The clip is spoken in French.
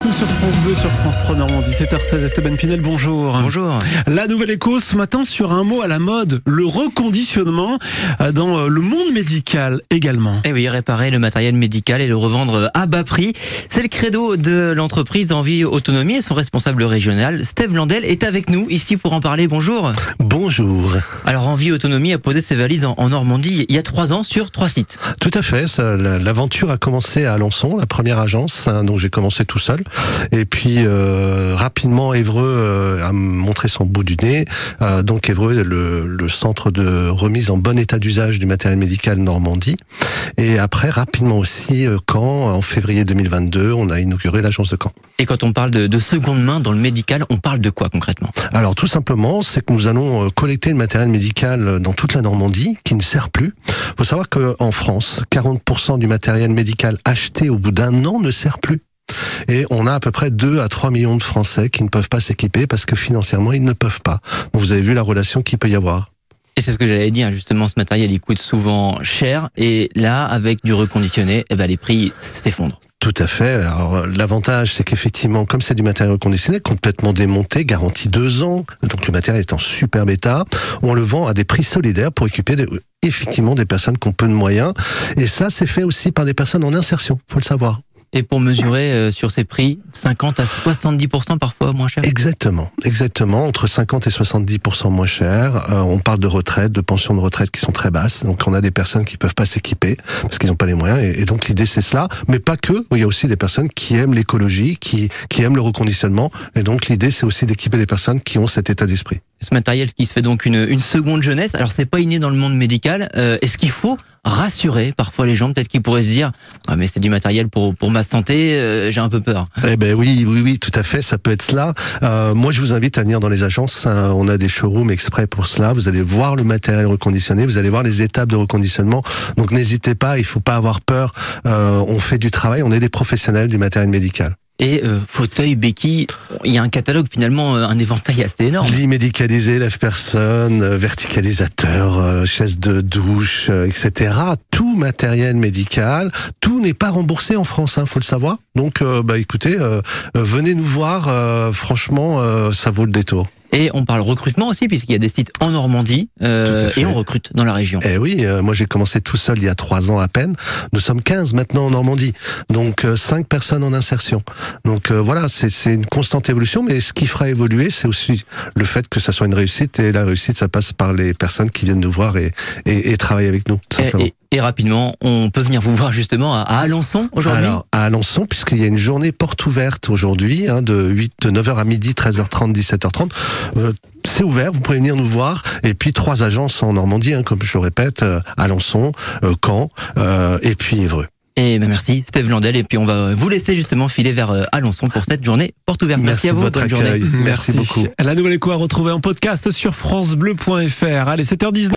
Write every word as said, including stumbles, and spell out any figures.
tout sur France Bleu, sur France trois Normandie. sept heures seize, Esteban Pinel, bonjour. Bonjour. La nouvelle écho ce matin sur un mot à la mode, le reconditionnement dans le monde médical également. Et oui, réparer le matériel médical et le revendre à bas prix. C'est le credo de l'entreprise Envie Autonomie et son responsable régional, Steve Landel, est avec nous ici pour en parler. Bonjour. Bonjour. Alors Envie Autonomie a posé ses valises en, en Normandie il y a trois ans sur trois sites. Tout à fait. Ça, l'aventure a commencé à Alençon, la première agence. Hein, donc j'ai commencé tout seul. Et puis euh, rapidement, Évreux euh, a montré son bout du nez. Euh, donc Évreux, le, le centre de remise en bon état d'usage du matériel médical Normandie. Et après, rapidement aussi, euh, Caen, en février deux mille vingt-deux, on a inauguré l'agence de Caen. Et quand on parle de, de seconde main dans le médical, on parle de quoi concrètement? Alors tout simplement, c'est que nous allons collecter le matériel médical dans toute la Normandie qui ne sert plus. Il faut savoir qu'en France, quarante pour cent du matériel médical acheté au bout d'un an ne sert plus. Et on a à peu près deux à trois millions de Français qui ne peuvent pas s'équiper parce que financièrement, ils ne peuvent pas. Donc vous avez vu la relation qu'il peut y avoir. Et c'est ce que j'allais dire, justement, ce matériel, il coûte souvent cher. Et là, avec du reconditionné, eh ben, les prix s'effondrent. Tout à fait. Alors, l'avantage, c'est qu'effectivement, comme c'est du matériel reconditionné, complètement démonté, garantie deux ans, donc le matériel est en superbe état, on le vend à des prix solidaires pour occuper des, effectivement des personnes qui ont peu de moyens. Et ça, c'est fait aussi par des personnes en insertion, faut le savoir. Et pour mesurer euh, sur ces prix, cinquante à soixante-dix pour cent parfois moins cher. Exactement, exactement, entre cinquante et soixante-dix pour cent moins cher. Euh, on parle de retraite, de pensions de retraite qui sont très basses. Donc on a des personnes qui peuvent pas s'équiper parce qu'ils n'ont pas les moyens. Et, et donc l'idée c'est cela, mais pas que. Il y a aussi des personnes qui aiment l'écologie, qui qui aiment le reconditionnement. Et donc l'idée c'est aussi d'équiper des personnes qui ont cet état d'esprit. Ce matériel qui se fait donc une, une seconde jeunesse. Alors c'est pas inné dans le monde médical. Euh, est-ce qu'il faut rassurer parfois les gens, peut-être qu'ils pourraient se dire ah mais c'est du matériel pour pour ma santé, euh, j'ai un peu peur. Eh ben oui, oui, oui, tout à fait, ça peut être cela. Euh, moi, je vous invite à venir dans les agences. Hein, on a des showrooms exprès pour cela. Vous allez voir le matériel reconditionné, vous allez voir les étapes de reconditionnement. Donc n'hésitez pas, il faut pas avoir peur. Euh, on fait du travail, on est des professionnels du matériel médical. Et euh, fauteuil, béquille, il y a un catalogue finalement, euh, un éventail assez énorme. Lit médicalisé, lève-personne, euh, verticalisateur, euh, chaise de douche, euh, et cetera. Tout matériel médical, tout n'est pas remboursé en France, hein, faut le savoir. Donc, euh, bah écoutez, euh, euh, venez nous voir. Euh, franchement, euh, ça vaut le détour. Et on parle recrutement aussi, puisqu'il y a des sites en Normandie, euh, et on recrute dans la région. Eh oui, euh, moi j'ai commencé tout seul il y a trois ans à peine. Nous sommes quinze maintenant en Normandie, donc euh, cinq personnes en insertion. Donc euh, voilà, c'est, c'est une constante évolution, mais ce qui fera évoluer, c'est aussi le fait que ça soit une réussite, et la réussite, ça passe par les personnes qui viennent nous voir et, et, et travailler avec nous, tout simplement. Et, et, et rapidement, on peut venir vous voir justement à, à Alençon aujourd'hui. Alors, à Alençon, puisqu'il y a une journée porte ouverte aujourd'hui, hein, de huit, de neuf heures à midi, treize heures trente, dix-sept heures trente. Euh, c'est ouvert, vous pouvez venir nous voir. Et puis trois agences en Normandie, hein, comme je le répète, euh, Alençon, euh, Caen, euh, et puis Évreux. Et ben merci Steve Landel, et puis on va vous laisser justement filer vers euh, Alençon pour cette journée porte ouverte. Merci, Merci à vous, votre bonne accueil. journée. Merci, Merci beaucoup. La nouvelle écho à retrouver en podcast sur francebleu point fr. Allez, sept heures dix-neuf.